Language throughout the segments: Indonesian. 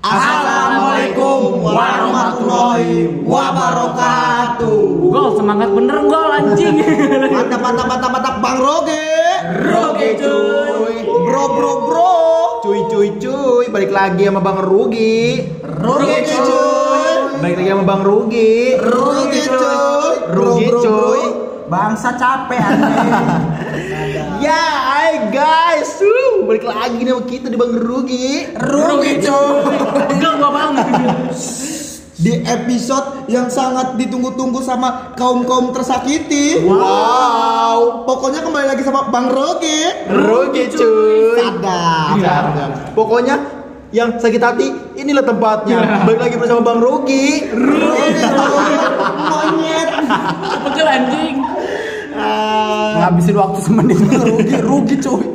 Assalamualaikum warahmatullahi wabarakatuh. Gol, semangat bener gol anjing. Mantap Bang Roge. Roge cuy. Bro. Cuy. Balik lagi sama Bang Rugi. Roge cuy. Balik lagi sama Bang Rugi. Rugi cuy. Bangsa capek anjing. Ya, hai guys. Balik lagi nih sama kita di Bang Rugi. Roge cuy. Pegel gua Bang. Di episode yang sangat ditunggu-tunggu sama kaum tersakiti. Wow. Pokoknya kembali lagi sama Bang Roge. Roge cuy. Sadar. Pokoknya yang sakit hati inilah tempatnya. Balik lagi bersama Bang Roge. Monyet. Pegel anjing. Ngabisin waktu semenit rugi cuy.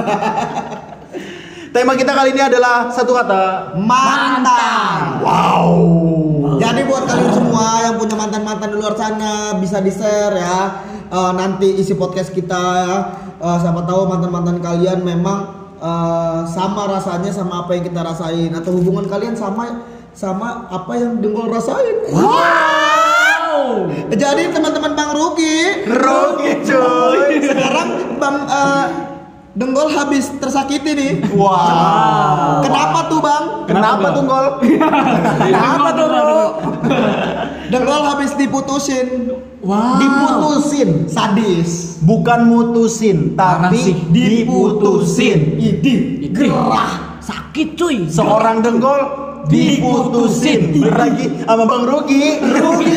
Tema kita kali ini adalah satu kata, mantan. Wow. Jadi buat kalian semua yang punya mantan di luar sana bisa di-share ya. Nanti isi podcast kita ya. Siapa tahu mantan kalian memang sama rasanya sama apa yang kita rasain, atau hubungan kalian sama apa yang Dengkol rasain. Wow. Jadi teman-teman Bang Rugi cuy. Sekarang Bang Dengkol habis tersakiti nih. Wow. Kenapa tuh Bang? Kenapa tuh Gol? Kenapa tuh Bang? Dengkol habis diputusin. Wow. Diputusin, sadis. Bukan mutusin, tapi diputusin. Idih, gerah. Sakit cuy. Seorang Dengkol diputusin. Lagi sama Bang Rugi cuy.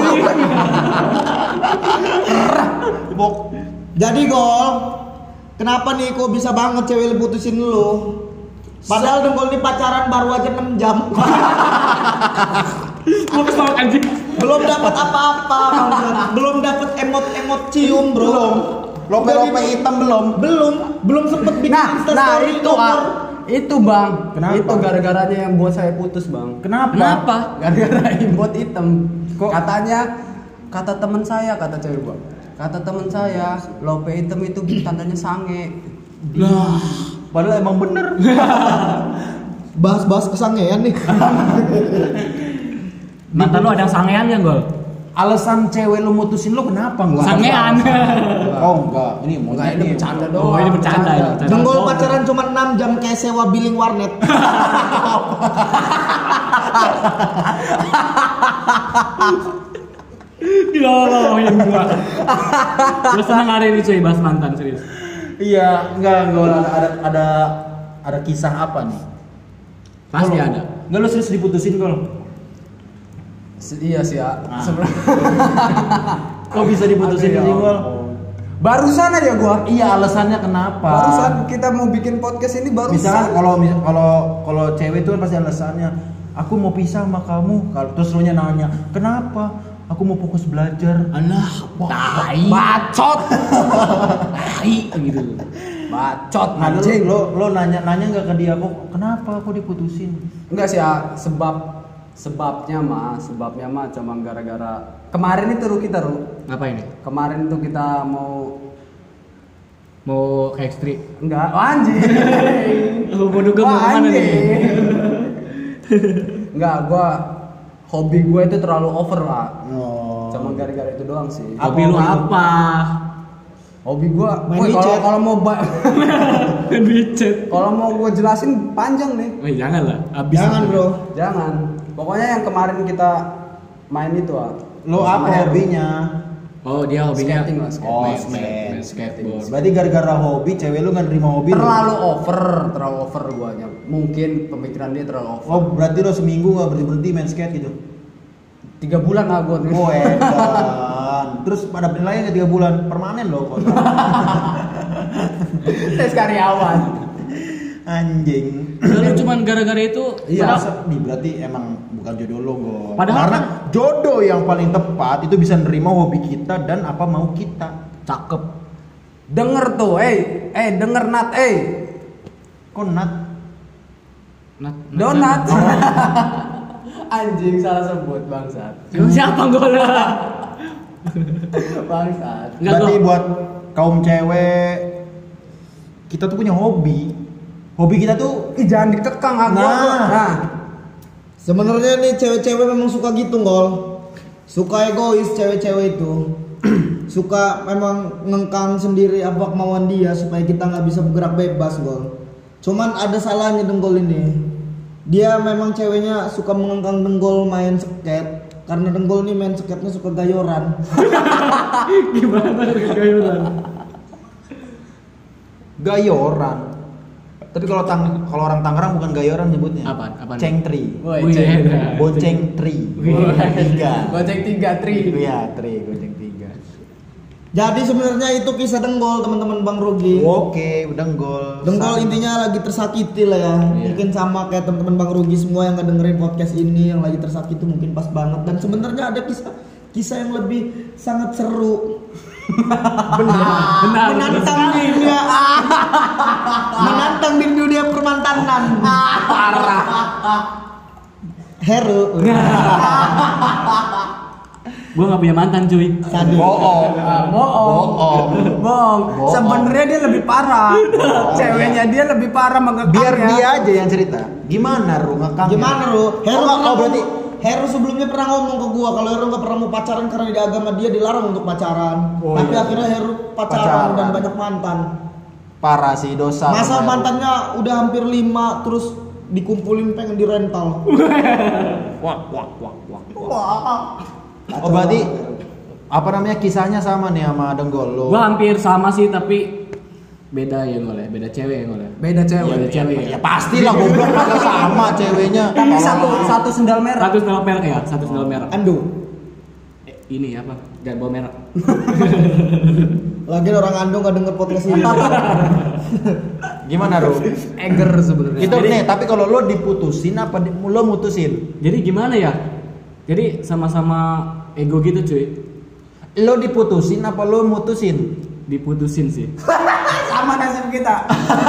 Jadi Gol, kenapa nih kok bisa banget cewek putusin lu? Padahal Dengkol ini pacaran baru aja 6 jam. Gua kesel anjing. Belum dapat apa-apa, belum dapat emot cium, bro. Lope hitam belum sempet bikin Instastory. Itu Bang. Kenapa? Itu gara-garanya yang buat saya putus Bang. Kenapa? Gara-gara imot hitam. Kok kata teman saya, kata cewek gua. Kata teman saya, lope hitam itu tandanya sange. Lah, Padahal emang bener. Bahas kesangean nih. mantan lu ada sangean ya gol? Alasan cewek lu mutusin lu kenapa gua? Sangean. Oh enggak, ini bercanda doang. Oh, ini bercanda ya. Dengkol pacaran cuma 6 jam kayak sewa billing warnet. Ya Allah, yang gua. Gua senang hari ini cuy bahas mantan serius. Iya, enggak ada kisah apa nih? Pasti ada. Enggak, lu serius diputusin Gol? Iya sih ya. Kok bisa diputusin sih Gol? Barusan aja gua. Iya, alasannya kenapa? Barusan kita mau bikin podcast ini barusan. Misalkan kalau cewek itu kan pasti alasannya, aku mau pisah sama kamu. Kalau terus lu nanya, kenapa? Aku mau fokus belajar. Alah, tai. Bacot. Tai gitu. Bacot Anjing, lo nanya enggak ke dia kok kenapa aku diputusin? Enggak sih ya, sebabnya mah cuma gara-gara kemarin itu kita Apa ini? kemarin itu kita mau ke ekstri. enggak anjing. Lu mau duga mau kemana nih? Enggak, hobi gue itu terlalu over lah. Oh. Cuma gara-gara itu doang sih. Hobi lu apa? Hobi gue Main WeChat. kalau mau WeChat. kalau mau gue jelasin panjang nih. Jangan lah, habis. Jangan, Bro. Jangan. Pokoknya yang kemarin kita main itu Lo sama apa Heru. hobinya? Oh, dia hobinya Skating lah, skating. main skateboard. Berarti gara-gara hobi cewek lu enggak nerima hobi. Terlalu over guanya. Mungkin pemikiran dia terlalu over. Oh, berarti lo seminggu enggak berhenti main skate gitu. 3 bulan lah gue. Oh, edan. Terus pada penilaian 3 bulan permanen lo kok. Tes karyawan. Anjing. Kalau cuman gara-gara itu, Iya, padahal- berarti emang bukan jodoh lo, Go. Padahal Karena kan- jodoh yang paling tepat itu bisa nerima hobi kita dan apa mau kita. cakep. Denger tuh, denger Nat, Kok Nat? Donat. Anjing salah sebut bangsat. Siapa gol? Bangsat. Enggak, Berarti Go. buat kaum cewek kita tuh punya hobi. Hobi kita tuh Ih jangan dikekang aku. Nah. Sebenarnya nih cewek-cewek memang suka gitu, Gol. Suka egois cewek-cewek itu. Suka memang ngengkang sendiri apa kemauan dia supaya kita nggak bisa bergerak bebas, Gol. Cuman ada salahnya Denggol ini. Dia memang ceweknya suka mengengkang Denggol main sket. Karena Denggol nih main sketnya suka gayoran. Gimana gayoran? Gayoran. Tapi kalau orang Tangerang bukan gayoran nyebutnya. Apaan? Cengtri. Woi, Bonceng tri. Tiga. Goceng 3 tri. Iya, tri, bonceng 3. Jadi sebenarnya itu kisah Denggol teman-teman Bang Rugi. Oke, Denggol. Denggol intinya lagi tersakiti lah ya. Iya. Mungkin sama kayak teman-teman Bang Rugi semua yang ngedengerin podcast ini yang lagi tersakiti mungkin pas banget. Dan sebenarnya ada kisah yang lebih sangat seru. Benar. Menantang dunia. Menantang di dunia permantanan. Parah. Heru. Gua nggak punya mantan cuy. Sadis. Bohong. Bohong. Sebenarnya dia lebih parah. Ceweknya dia lebih parah mengekangnya. Biar dia aja yang cerita. Gimana Ru ngekang? Gimana Ru? Berarti Heru sebelumnya pernah ngomong ke gua kalau Heru nggak pernah mau pacaran karena di agama dia dilarang untuk pacaran. Tapi akhirnya Heru pacaran dan banyak mantan. parah sih dosa. Masa mantannya udah hampir 5 terus dikumpulin pengen dirental. Wah. Oh berarti apa namanya kisahnya sama nih sama Denggol lo? Gua hampir sama sih tapi beda ya ngoleh, beda cewek ya ngoleh. Beda cewek. Beda cewek. Ya pastilah goblok masa sama ceweknya. Tapi satu sendal merah. Satu sendal merah ya, satu sendal merah. Ando. Ini apa? Jangan bawa merah. Lagian orang Ando nggak denger podcast ini. Gimana Ru? Eger sebenarnya. Itu nih, tapi kalau lo diputusin apa lo mutusin? Jadi gimana ya? Jadi sama-sama ego gitu cuy. Lo diputusin apa lo mutusin? Diputusin sih. Sama nasib kita.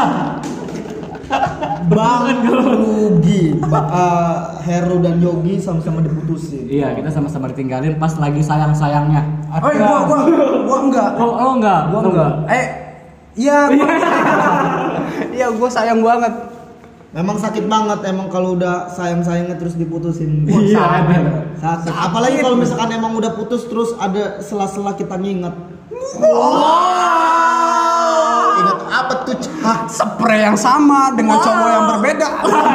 Bang Rugi, Heru dan Yogi sama-sama diputusin. Iya, kita sama-sama ditinggalin pas lagi sayang-sayangnya. Oh, gua enggak. Oh enggak. Gua enggak. Iya, iya gua sayang banget. Memang sakit banget emang kalau udah sayang-sayangnya terus diputusin. Iya, Sakit. Apalagi kalau misalkan emang udah putus terus ada sela-sela kita nginget. Ingat apa tuh? Spray yang sama dengan cowok yang berbeda.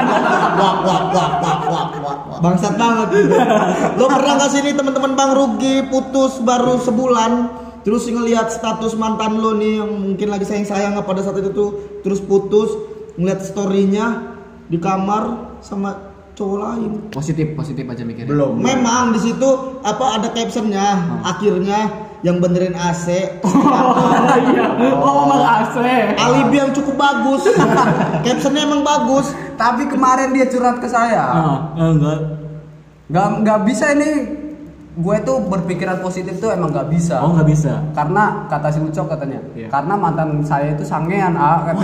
Wah. Bangsat banget gitu. Lo pernah gak sih nih teman-teman Bang Rugi putus baru sebulan terus ngelihat status mantan lo nih yang mungkin lagi sayang-sayang pada saat itu tuh terus putus ngeliat story-nya di kamar sama cowok lain. Positif aja mikirnya. Belum. Memang di situ apa ada captionnya akhirnya yang benerin AC. Iya. Oh, emang AC. Alibi yang cukup bagus. Captionnya emang bagus. Tapi kemarin dia curhat ke saya. Enggak. Nggak bisa ini. Gue tuh berpikiran positif tuh emang nggak bisa. Oh, nggak bisa. Karena kata si Ucok katanya. Iya. Karena mantan saya itu sangean,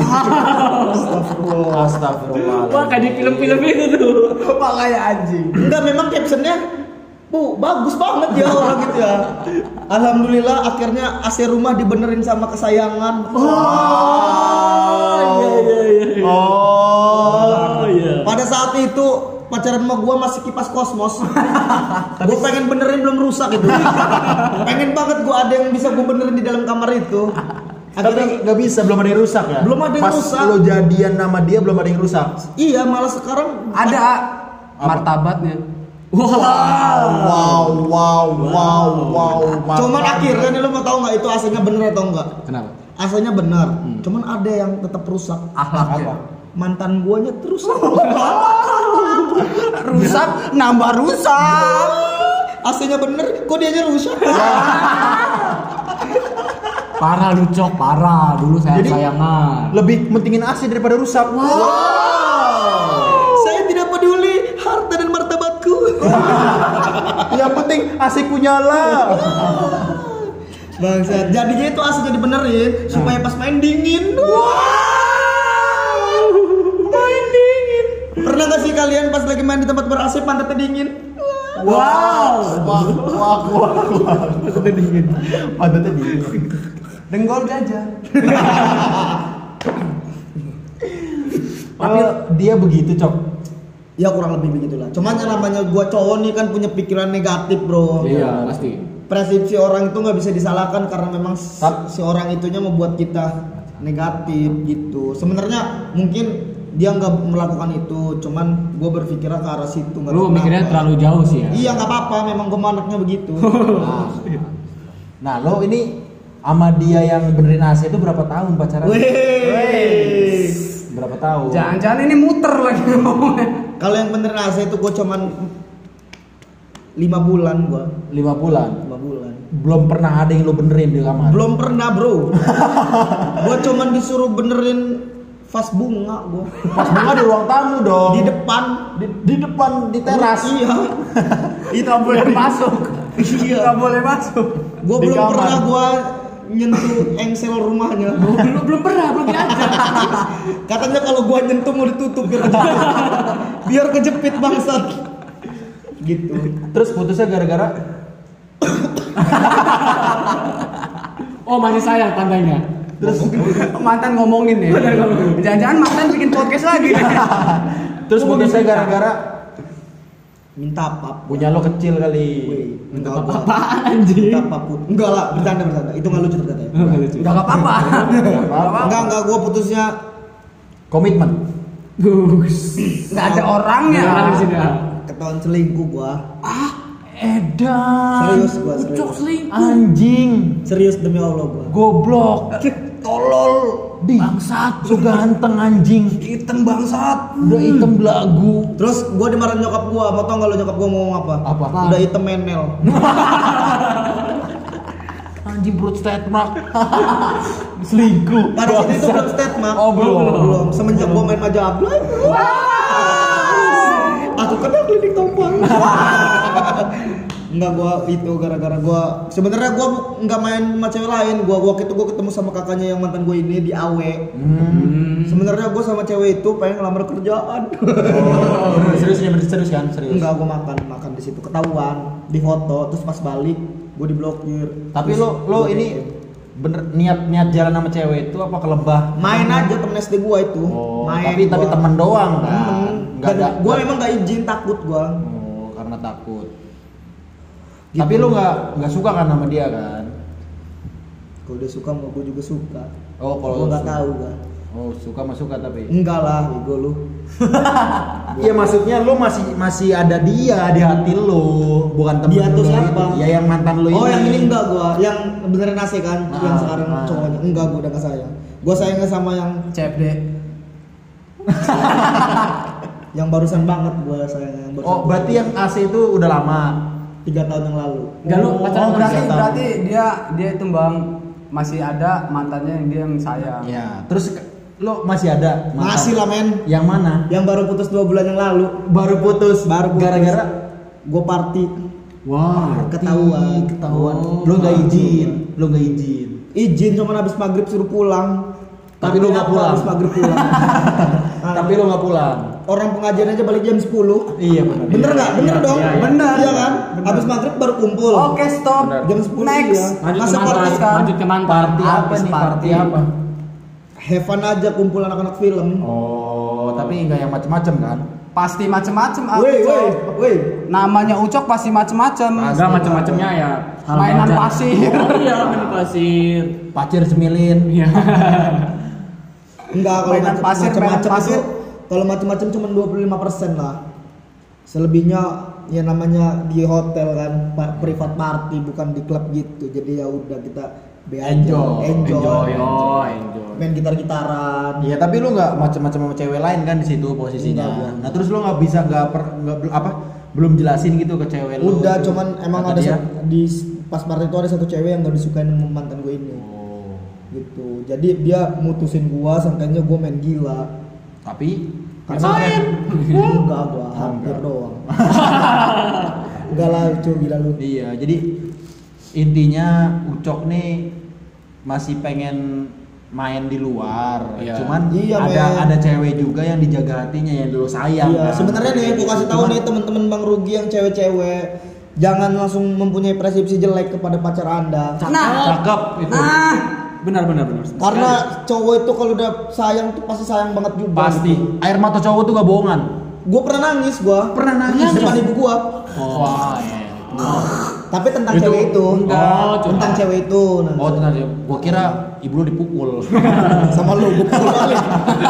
Astagfirullah. Wah, kayak di film-film itu tuh. Makanya anjing. Enggak, memang captionnya bagus banget ya orang gitu ya. Alhamdulillah akhirnya AC rumah dibenerin sama kesayangan. Iya. Oh, iya. Pada saat itu pacaran sama gua masih kipas kosmos. Gua pengen benerin belum rusak itu. Pengen banget gua ada yang bisa gua benerin di dalam kamar itu. Tapi nggak bisa, belum ada yang rusak ya? Belum ada yang Pas rusak. lo jadian nama dia belum ada yang rusak. Iya, malah sekarang Ada martabatnya. Wow. Cuman akhirnya nih lo mau tahu nggak itu AC-nya bener atau enggak? Kenapa? AC-nya benar. Cuman ada yang tetap rusak. Akhlaknya. Mantan guanya terus Rusak, nambah rusak. AC-nya bener, kok dianya rusak? Parah lu Cok, parah. Dulu sayang-sayangan. Lebih mentingin AC daripada rusak. Saya tidak peduli harta dan martabatku. Yang penting AC-ku nyala. Bangsat. Jadinya itu AC-nya dibenerin supaya pas main dingin. Main dingin. Pernah gak sih kalian pas lagi main di tempat ber-AC pantatnya dingin? Wah. Pantatnya dingin. Denggol gajah. Tapi dia begitu, Cok. Ya kurang lebih begitulah. Cuman yang namanya gua cowok nih kan punya pikiran negatif, bro. Iya, pasti. Persepsi orang itu nggak bisa disalahkan karena memang si orang itunya membuat kita negatif gitu. Sebenarnya mungkin dia nggak melakukan itu, cuman gue berpikirnya ke arah situ. Lu mikirnya terlalu jauh sih ya. Iya nggak apa-apa, memang gue anaknya begitu. Nah, lo ini sama dia yang benerin AC itu berapa tahun pacaran? Wih. Berapa tahun? Jangan-jangan ini muter lagi ngomongnya. Kalau yang bener AC itu gue cuman 5 bulan gua. 5 bulan. 5 bulan. Belum pernah ada yang lo benerin di kamar. Belum pernah, bro. Gua cuman disuruh benerin vas bunga gua. Pas bunga di ruang tamu dong. Di depan, di depan di teras. Iya. Itu Nggak boleh masuk. Iya. Nggak boleh masuk. Gua Di belum kamar. pernah gua nyentuh engsel rumahnya. Belum pernah, belum diajak. Katanya kalau gua nyentuh mau ditutup biar kejepit. Biar kejepit bangsat. Gitu. Terus putusnya gara-gara Oh, masih sayang tandanya. Terus mantan ngomongin ya. Jangan-jangan mantan bikin podcast lagi. terus putusnya gara-gara Minta apa? punya lo kecil kali. Minta Apaan anjing? Minta apapun. Enggak lah, bercanda. Itu enggak lucu ternyata ya. Enggak lucu. Udah nggak apa-apa. Enggak, gua putusnya Komitmen. Gus. Nggak ada orangnya. Nggak ada di sini. ketahuan selingkuh gua. Edan. Serius gua, Ucok serius. selingkuh. Anjing. Serius demi Allah gua. Goblok. Tolol. Di. Bangsat. Lu ganteng anjing. Hitam bangsat. Udah hitam belagu. Terus gua dimarahin nyokap gua. Mau tau enggak lo nyokap gua ngomong apa? Apa? Udah hitam menel. Anjing perut statement. Selingkuh. Pada saat itu belum statement. Oh, belum. Semenjak gua main Majapahit. Aku kena klinik tompang. Enggak, gua itu gara-gara gua sebenarnya gua enggak main sama cewek lain. Gua waktu itu gua ketemu sama kakaknya yang mantan gua ini di AW. Sebenarnya gua sama cewek itu pengen ngelamar kerjaan. Oh, serius kan? Serius. Enggak, gua makan di situ ketahuan, di foto, terus pas balik gua diblokir. Tapi Terus lo gua ini blokir. bener niat jalan sama cewek itu apa kelebah? Main aja temen SD gua itu. Oh, main tapi gua. temen doang kan. Temen. Enggak Dan gua memang enggak izin, takut gua. Oh, karena takut. Gitu. Tapi lu enggak suka kan sama dia kan? Kalau dia suka mau gua juga suka. Oh, kalau Gua enggak suka. tahu gua. Oh, suka mah suka tapi. Enggak lah, bego lu. Iya, maksudnya lu masih ada dia di hati lu, bukan temen Dia tuh lu siapa? itu. Ya yang mantan lu ini. Oh, yang ini enggak gua, yang beneran AC kan, Ah, yang sekarang ah. cowoknya. Enggak, gua udah enggak sayang. Gua sayangnya sama yang CFD. yang barusan banget gua sayangnya yang barusan. Oh, berarti yang AC itu udah lama. 3 tahun yang lalu. Enggak lu pacaran sama berarti dia? berarti dia itu Bang masih ada mantannya yang dia yang sayang. Ya, terus lu masih ada mantan? Masih lah, men. Yang mana? Yang baru putus 2 bulan yang lalu. Baru putus. Baru putus. Gara-gara Gua party. Wah. Ketahuan. Oh. Lu nggak izin. Izin cuman habis maghrib suruh pulang. Tapi lu nggak apa pulang. Habis maghrib pulang. Tapi lu nggak pulang. Orang pengajian aja balik jam 10. Iya benar. Bener nggak? Bener Iya, dong. iya, iya. Bener. Iya kan? Habis maghrib baru kumpul. Oke, stop. Benar. Jam 10 Next. iya. Lanjut ke Masa mantan. party Lanjut ke mantan. Party apa Habis nih? party. Party apa? have fun aja kumpul anak-anak film. Oh, tapi nggak yang macem-macem kan? Pasti macem-macem. Woi. Namanya Ucok pasti macem-macem. Enggak macam-macamnya ya. hal Mainan wajar. pasir. Iya, mainan pasir. Pacir semilin. Iya. Enggak, kalau Mainan pasir, macam-macam mainan pasir. itu kalau macam-macam cuma 25% lah. Selebihnya ya namanya di hotel kan, private party bukan di klub gitu. Jadi ya udah kita be aja. Enjoy. Oh, enjoy. Main gitar-gitaran. Iya, tapi lu nggak macem-macem sama cewek lain kan di situ posisinya. Enggak, Nah, terus lu nggak bisa belum jelasin gitu ke cewek lu. Udah, cuman emang Kata ada dia, di pas party itu ada satu cewek yang gak disukain sama mantan gue ini. Oh. Gitu. Jadi dia mutusin gua, sangkanya gua main gila. Tapi Karena enggak gua hampir doang. Enggak lah, lucu gila lu. iya, jadi intinya Ucok nih masih pengen main di luar. Iya. Cuman Iya, ada men. cewek juga yang dijaga hatinya yang dulu sayang. Iya, kan. sebenarnya nih gua kasih tahu Cuman- nih teman-teman Bang Rugi yang cewek-cewek, jangan langsung mempunyai persepsi jelek kepada pacar Anda. cakep itu. Nah, Benar. Karena cowok itu kalau udah sayang tuh pasti sayang banget juga. Pasti. gitu. Air mata cowok tuh gak bohongan. Gua pernah nangis depan ibu gua. Wah, iya. Tapi tentang Itu cewek itu. enggak. Tentang cewek itu. Oh tenang ya, gua kira ibu lu dipukul. Sama lu gua pukul balik.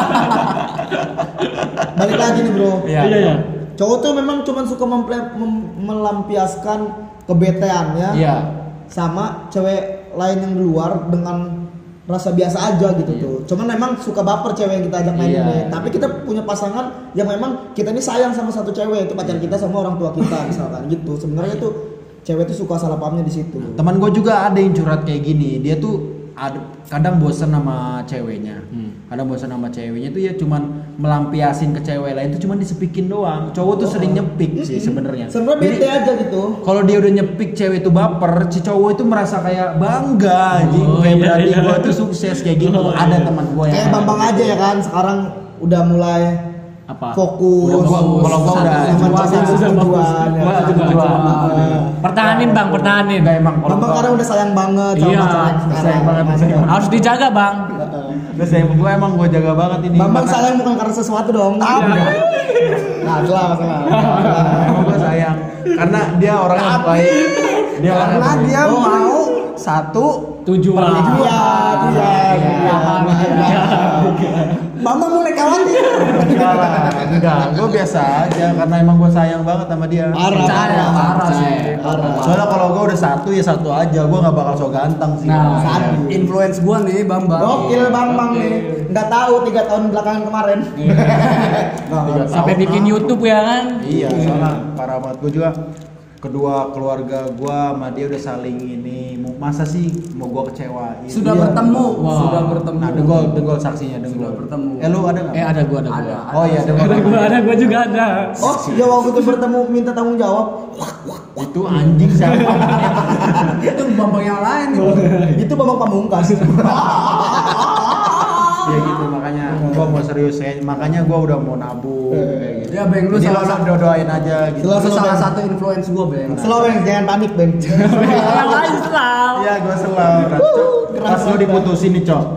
Balik lagi nih, Bro. Iya. Cowok tuh memang cuman suka melampiaskan kebeteannya Iya. sama cewek lain yang di luar dengan rasa biasa aja gitu tuh. Cuman memang suka baper cewek yang kita ajak main ini. Tapi kita punya pasangan yang memang kita ini sayang sama satu cewek, itu pacar kita sama orang tua kita misalkan gitu. Sebenarnya tuh cewek tuh suka salah pahamnya di situ. Teman gue juga ada yang curhat kayak gini. Dia tuh kadang bosan sama ceweknya. Kadang bosan sama ceweknya tuh ya cuman melampiasin ke cewek lain tuh cuman disepikin doang. Cowok tuh sering nyepik sih sebenarnya. Sebenarnya bete aja gitu. Kalau dia udah nyepik cewek itu baper, si cowok itu merasa kayak bangga anjing. Kayak berarti gue tuh sukses kayak gitu. Ada teman gue yang Kayak Bambang aja ya kan, sekarang udah mulai Apa? fokus. Kalau gua udah tujuan. Pertahanin Bang, pertahanin. enggak emang kalau Bambang gua- sekarang udah sayang banget sama Iya, pacarnya sayang sekarang. banget. Harus dijaga Bang. udah sayang gue emang gue jaga banget ini. Bambang Maka- sayang bukan karena sesuatu dong. Nah, salah. Emang gue sayang karena dia orang yang baik. Dia orang yang Karena baik. dia mau satu Tujuan. Bambang mulai khawatir. Enggak, gue biasa aja karena emang gue sayang banget sama dia. parah sih. Soalnya kalau gue udah satu ya satu aja, gue nggak bakal so ganteng sih. Nah, Sadi. influence gua nih Bambang. Gokil Bambang nih. Nggak tahu 3 tahun belakangan kemarin. Sampai bikin YouTube ya kan? Iya, soalnya parah banget. Gue juga kedua keluarga gue sama dia udah saling ini. Masa sih mau gue kecewain? Sudah Iya. bertemu, Wow. sudah bertemu. Nah, dengol saksinya dengol. Sudah bertemu. Lu ada nggak? Ada gua. Oh iya, dengol. Gua juga ada. Oh, ya waktu itu bertemu minta tanggung jawab. Itu anjing siapa? Itu Bambang yang lain itu. Itu Bambang Pamungkas. Ya gitu, makanya gue mau serius ya. Makanya gue udah mau nabung kayak gitu. Ya Bang, lu Jadi salah lo satu doain aja gitu. Slow, lu slow, salah Bang. satu influence gua, Bang. Slow Bang, jangan panik Bang. Yang lain selalu. Iya, gue selalu. Pas lo diputusin nih, Cok.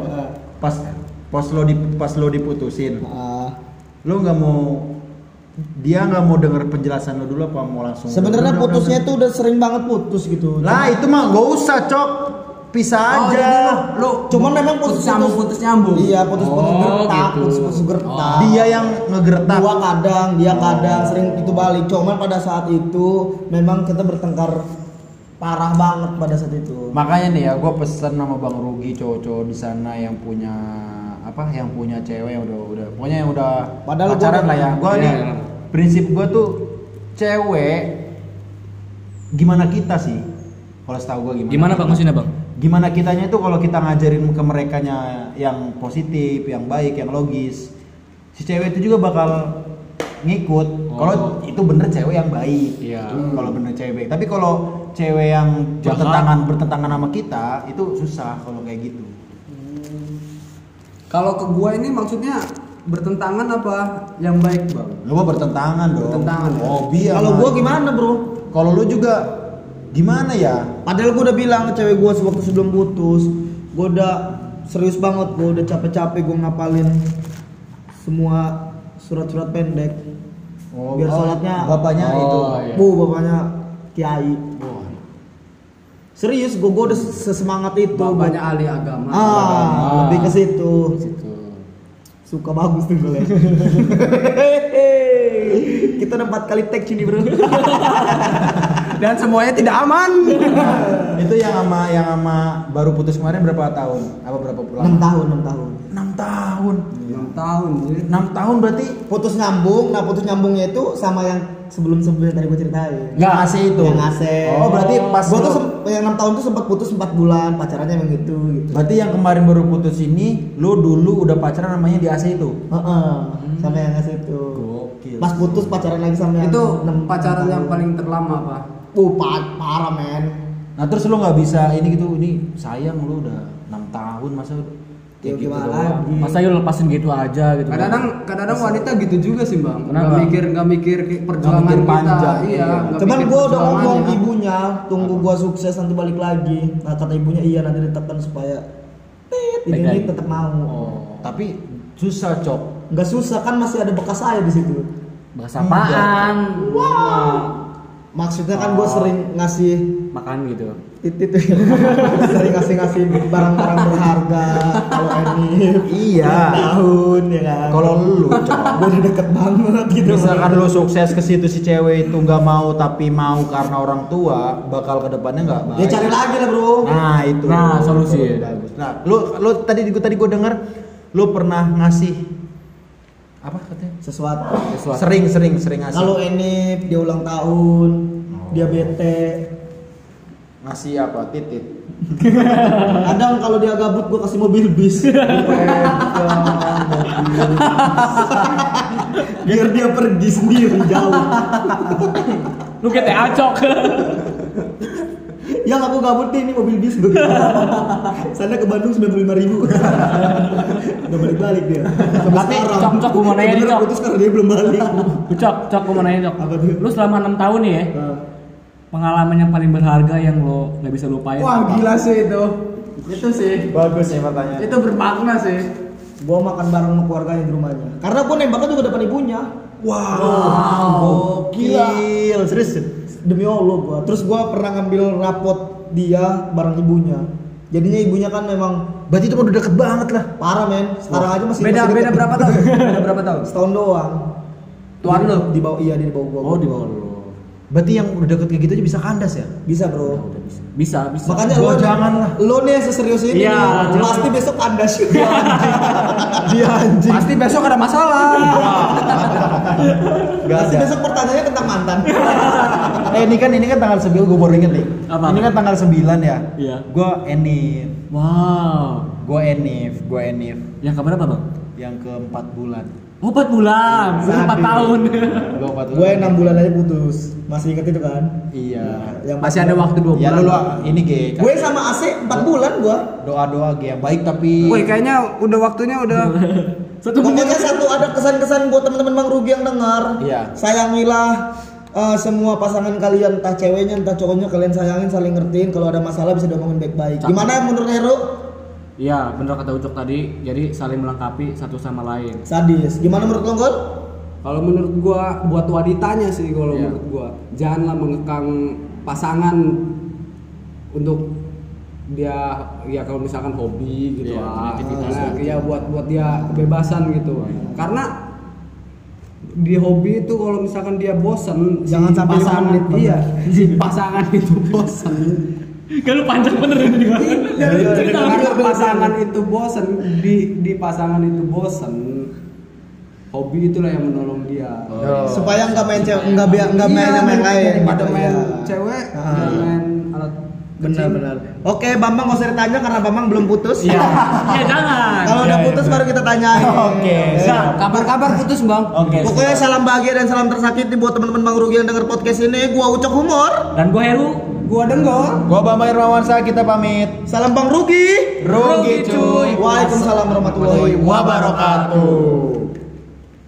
Pas lo diputusin, lo nggak mau, dia nggak mau denger penjelasan lo dulu apa mau langsung? Sebenarnya Udah, putusnya itu udah sering banget putus gitu. Lah itu mah nggak usah, Cok. Pisah aja. jadi lu Cuman memang putus nyambung. Iya, putus gertak, gitu. putus gertak. Dia yang ngegertak. Gua kadang, dia kadang sering itu balik. Cuman pada saat itu memang kita bertengkar parah banget pada saat itu. Makanya nih ya, gue pesen sama Bang Rugi cowok-cowok di sana yang punya apa, yang punya cewek yang udah, pokoknya yang udah Padahal pacaran gua- lah ya. Gue Iya. nih prinsip gue tuh cewek gimana kita sih? Kalau setahu gue gimana? Gimana Bang maksudnya Bang? Gimana kitanya itu kalau kita ngajarin ke merekanya yang positif, yang baik, yang logis, si cewek itu juga bakal ngikut. Kalau itu bener cewek yang baik. Iya. Kalau bener cewek baik. Tapi kalau cewek yang Jahat. bertentangan sama kita itu susah kalau kayak gitu. Kalau ke gua ini maksudnya bertentangan apa yang baik, Bang? Lu mah bertentangan dong. Bertentangan, ya? Hobi ya. Kalau gua gimana, Bro? Kalau lu juga gimana ya? Padahal gue udah bilang ke cewek gue waktu sebelum putus, gue udah serius banget, gue udah capek-capek gue ngapalin semua surat-surat pendek. Biar sholatnya bapaknya itu. iya. bapaknya kiai. Serius, gue udah sesemangat itu. Bapaknya ahli agama. Lebih ke situ. Suka bagus tuh gue. Kita udah 4 kali tag sini, Bro. Dan semuanya tidak aman. Itu yang sama baru putus kemarin berapa tahun? Apa berapa bulan? 6 tahun. 6 tahun. 6 tahun sih. 6 tahun berarti Putus nyambung. Nah, putus nyambungnya itu sama yang sebelum-sebelumnya tadi gue ceritain. nggak ngasih itu. Yang ngasih. Oh, berarti pas Gua tuh lo- yang 6 tahun tuh sempat putus 4 bulan, pacarannya emang gitu. Berarti yang kemarin baru putus ini, lu dulu udah pacaran namanya di AC itu. Heeh. Sama yang ngasih itu. Gokil. Pas putus pacaran lagi sama yang Itu 6 pacaran tahun. yang paling terlama apa? Parah men. Nah terus lu nggak bisa ini gitu, ini sayang lu udah 6 tahun masa Ya, kayak gitu gimana doang. lagi? Masa yuk lepasin gitu aja gitu. Bang? Kadang-kadang wanita gitu juga sih, Bang. Kenapa? Nggak mikir perjuangan mikir kita. panjang, Iya, iya. nggak Cuman mikir gue udah ngomong perjuangannya. ibunya, tunggu gua sukses nanti balik lagi. Nah kata ibunya iya nanti ditekan supaya Baik ini lagi. tetap mau. Tapi susah, Cok. Nggak susah kan masih ada bekas saya di situ. Bahasa apaan? Maksudnya kan gue sering ngasih Makan gitu. titit sering ngasih barang-barang berharga kalau ini tahun ya kan. Kalau lu gue udah deket banget gitu. misalkan lu sukses ke situ si cewek itu nggak mau tapi mau karena orang tua, bakal ke depannya nggak baik. Ya cari lagi lah bro. Nah itu. Nah, solusi ya. Bagus. Nah, lu tadi gue dengar lu pernah ngasih apa katanya? Sesuatu. Sering ngasih. Kalau ini dia ulang tahun, dia bete. Ngasih apa? Titit. Kadang kalau dia gabut gue kasih mobil bis. Biar dia pergi sendiri jauh. Lu kayak teh acok. Yang aku gabut nih ini mobil bis gue. Sana ke Bandung 95.000. Udah balik dia. Tapi cok gue mau nanya nih cok. Putus karena dia belum balik. Cok gue mau nanya cok. Apa tuh? Lu selama 6 tahun nih ya. Pengalaman yang paling berharga yang lo nggak bisa lupain. Wah apa? gila sih itu sih Bagus nih pertanyaan. itu bermakna sih. Gua makan bareng sama keluarganya di rumahnya. Karena gua nembaknya juga depan ibunya. Gokil. Serius. Demi Allah gua. Terus gua pernah ngambil rapot dia bareng ibunya. Jadinya ibunya kan memang Berarti itu udah deket banget lah. parah men. Sekarang aja masih Beda deket. berapa tahun? Beda berapa tahun? Setahun doang. Tuan lu? Di bawah dia di bawah gua. Oh di bawah lo. Berarti yang udah deket kayak gitu aja bisa kandas ya? Bisa bro. Bisa. Makanya Gua lo jangan lah. Lo nih seserius ini Iya, nih, jangan. pasti besok kandas. Dia anjing. Pasti besok ada masalah. Pasti besok pertanyaannya tentang mantan. Ini kan tanggal 9 gue baru inget nih. Apa? Ini kan tanggal 9 ya. Iya. Gue enif. Wow. Gue enif. Yang kabar apa bang? Yang ke 4 bulan. Oh 4 bulan. Gue 4 tahun. Gue 4 bulan. Gue 6 bulan aja putus. Masih inget itu kan? Iya. Yang Masih ada waktu 2 bulan. Ya lu ini Ge. Gue sama AC 4 bulan gue. Doa Ge yang baik tapi Woi kayaknya udah waktunya udah. Pokoknya satu ada kesan-kesan buat teman-teman Bang Rugi yang dengar. Iya. Sayangilah semua pasangan kalian, entah ceweknya entah cowoknya, kalian sayangin, saling ngertiin. Kalau ada masalah bisa diomongin baik-baik. Gimana menurut Heru? Iya bener kata Ucok tadi. Jadi saling melengkapi satu sama lain. Sadis. Gimana menurut Longgol? Kalau menurut gua buat wanitanya sih kalau Iya. menurut gua janganlah mengekang pasangan untuk dia ya kalau misalkan hobi gitu Iya, nah, kreativitas gitu. ya buat dia kebebasan gitu. Karena di hobi itu kalau misalkan dia bosen Jangan sampai 5 pasangan menit, Bang. iya si pasangan itu bosen Kan lu panjang bener ini gimana? karena pasangan itu bosen di pasangan itu bosen hobi itulah yang menolong dia. Supaya nggak main cewek, nggak main sama yang lain. Daripada gitu, main ya. cewek, Ah. dan main alat Benar-benar. Oke, Bambang nggak usah ditanya karena Bambang belum putus. Iya. Iya jangan. Kalau udah putus baru kita tanyain. Oke, siap. Kabar-kabar putus bang. Oke. Pokoknya salam bahagia dan salam tersakiti buat teman-teman Bang Rugi yang denger podcast ini. Gua Ucok Humor. Dan gue Heru. Gua Denggol. Gua Bambang Irmawansa, kita pamit. Salam Bang Rugi. Rugi cuy. Waalaikumsalam warahmatullahi wabarakatuh.